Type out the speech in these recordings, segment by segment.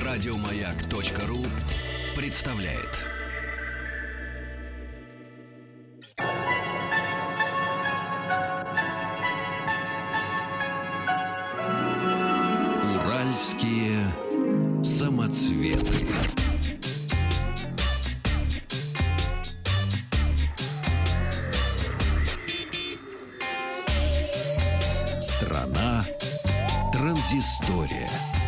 Радиомаяк.ру представляет. Уральские самоцветы. Страна транзистория.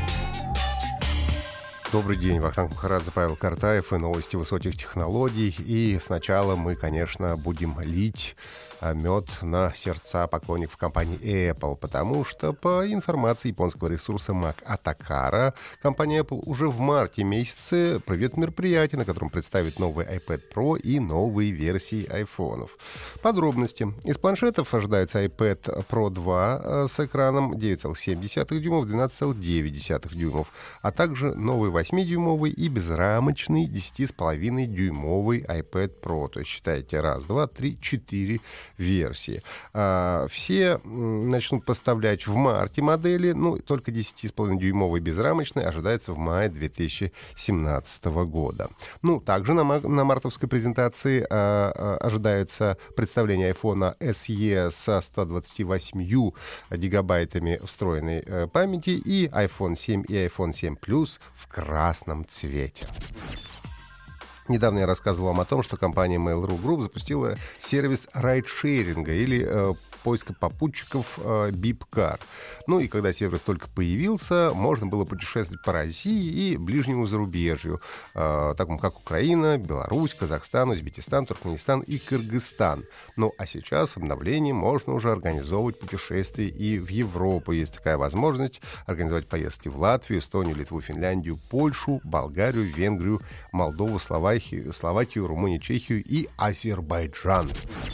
Добрый день, Вахтанг Махарадзе, Павел Картаев и новости высоких технологий. И сначала мы, конечно, будем лить мед на сердца поклонников компании Apple, потому что, по информации японского ресурса Mac Atakara, компания Apple уже в марте месяце проведет мероприятие, на котором представит новый iPad Pro и новые версии айфонов. Подробности. Из планшетов ожидается iPad Pro 2 с экраном 9,7 дюймов, 12,9 дюймов, а также новый 8-дюймовый и безрамочный 10,5 дюймовый iPad Pro. То есть считайте, раз, два, три, 4 версии. Все начнут поставлять в марте модели, только 10,5 дюймовый безрамочный ожидается в мае 2017 года. Также на мартовской презентации ожидается представление iPhone SE со 128 гигабайтами встроенной памяти и iPhone 7 и iPhone 7 Plus в красном цвете. Недавно я рассказывал вам о том, что компания Mail.ru Group запустила сервис райдшеринга или поиска попутчиков Bipcar. И когда сервис только появился, можно было путешествовать по России и ближнему зарубежью, такому как Украина, Беларусь, Казахстан, Узбекистан, Туркменистан и Кыргызстан. А сейчас с обновлением можно уже организовывать путешествия и в Европу. Есть такая возможность организовать поездки в Латвию, Эстонию, Литву, Финляндию, Польшу, Болгарию, Венгрию, Молдову, Словакию, Румынию, Чехию и Азербайджан.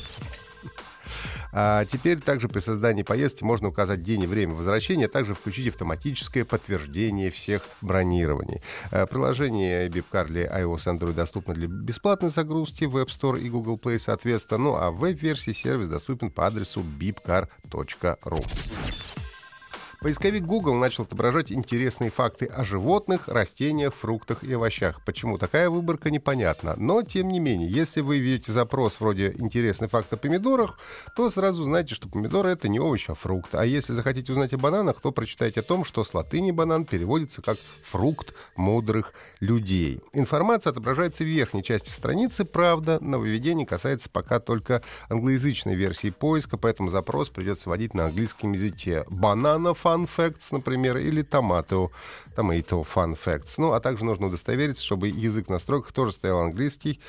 А теперь также при создании поездки можно указать день и время возвращения, а также включить автоматическое подтверждение всех бронирований. Приложение Bipcar для iOS и Android доступно для бесплатной загрузки в App Store и Google Play, соответственно. А в веб-версии сервис доступен по адресу bipcar.ru. Поисковик Google начал отображать интересные факты о животных, растениях, фруктах и овощах. Почему такая выборка, непонятно. Но, тем не менее, если вы видите запрос вроде «интересный факт о помидорах», то сразу знаете, что помидоры — это не овощ, а фрукт. А если захотите узнать о бананах, то прочитайте о том, что с латыни банан переводится как «фрукт мудрых людей». Информация отображается в верхней части страницы, правда, нововведение касается пока только англоязычной версии поиска, поэтому запрос придется вводить на английском языке. Банана Fun Facts, например, или Tomato Fun Facts. А также нужно удостовериться, чтобы язык в настройках тоже стоял английский.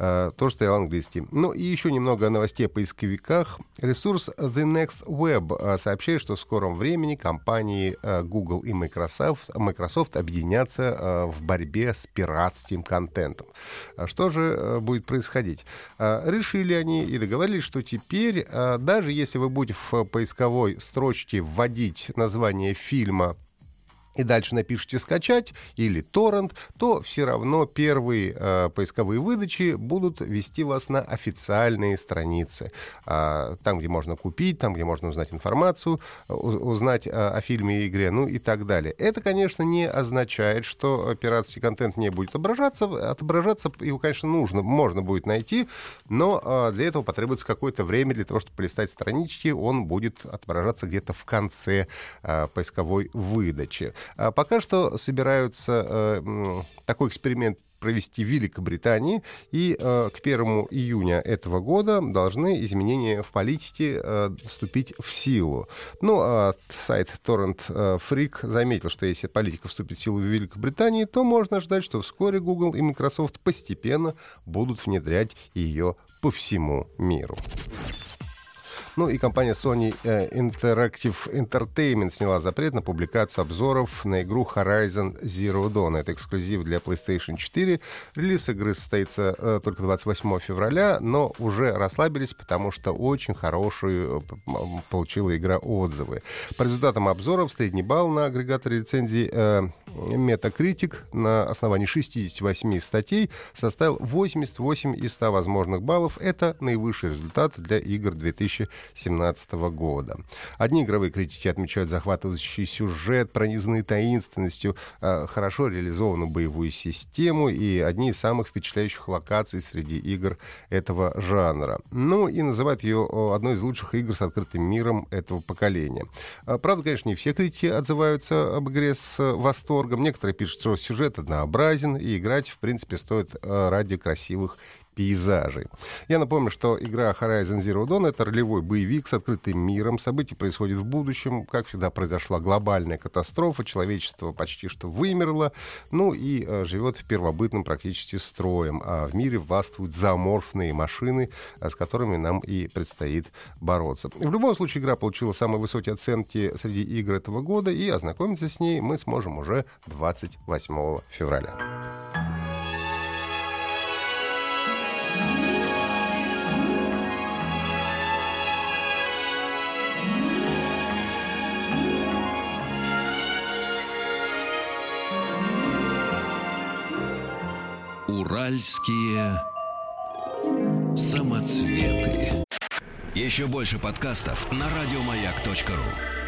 И еще немного о новостей о поисковиках. Ресурс The Next Web сообщает, что в скором времени компании Google и Microsoft объединятся в борьбе с пиратским контентом. Что же будет происходить? Решили они и договорились, что теперь, даже если вы будете в поисковой строчке вводить название фильма и дальше напишите «скачать» или «торрент», то все равно первые поисковые выдачи будут вести вас на официальные страницы. Там, где можно купить, там, где можно узнать информацию, узнать о фильме и игре, и так далее. Это, конечно, не означает, что пиратский контент не будет отображаться. Его, конечно, можно будет найти, но для этого потребуется какое-то время для того, чтобы полистать странички. Он будет отображаться где-то в конце поисковой выдачи. Пока что собираются такой эксперимент провести в Великобритании, и к 1 июня этого года должны изменения в политике вступить в силу. Сайт Torrent Freak заметил, что если политика вступит в силу в Великобритании, то можно ждать, что вскоре Google и Microsoft постепенно будут внедрять ее по всему миру. И компания Sony Interactive Entertainment сняла запрет на публикацию обзоров на игру Horizon Zero Dawn. Это эксклюзив для PlayStation 4. Релиз игры состоится только 28 февраля, но уже расслабились, потому что очень хорошие получила игра отзывы. По результатам обзоров средний балл на агрегаторе рецензий Metacritic на основании 68 статей составил 88 из 100 возможных баллов. Это наивысший результат для игр 2017 года. Одни игровые критики отмечают захватывающий сюжет, пронизанный таинственностью, хорошо реализованную боевую систему и одни из самых впечатляющих локаций среди игр этого жанра. Ну и называют ее одной из лучших игр с открытым миром этого поколения. Правда, конечно, не все критики отзываются об игре с восторгом. Некоторые пишут, что сюжет однообразен, и играть, в принципе, стоит ради красивых пейзажей. Я напомню, что игра Horizon Zero Dawn — это ролевой боевик с открытым миром. События происходят в будущем. Как всегда, произошла глобальная катастрофа. Человечество почти что вымерло. Ну и живет в первобытном практически строем. А в мире властвуют зооморфные машины, с которыми нам и предстоит бороться. В любом случае, игра получила самые высокие оценки среди игр этого года. И ознакомиться с ней мы сможем уже 28 февраля. Уральские самоцветы. Еще больше подкастов на радиомаяк.ру.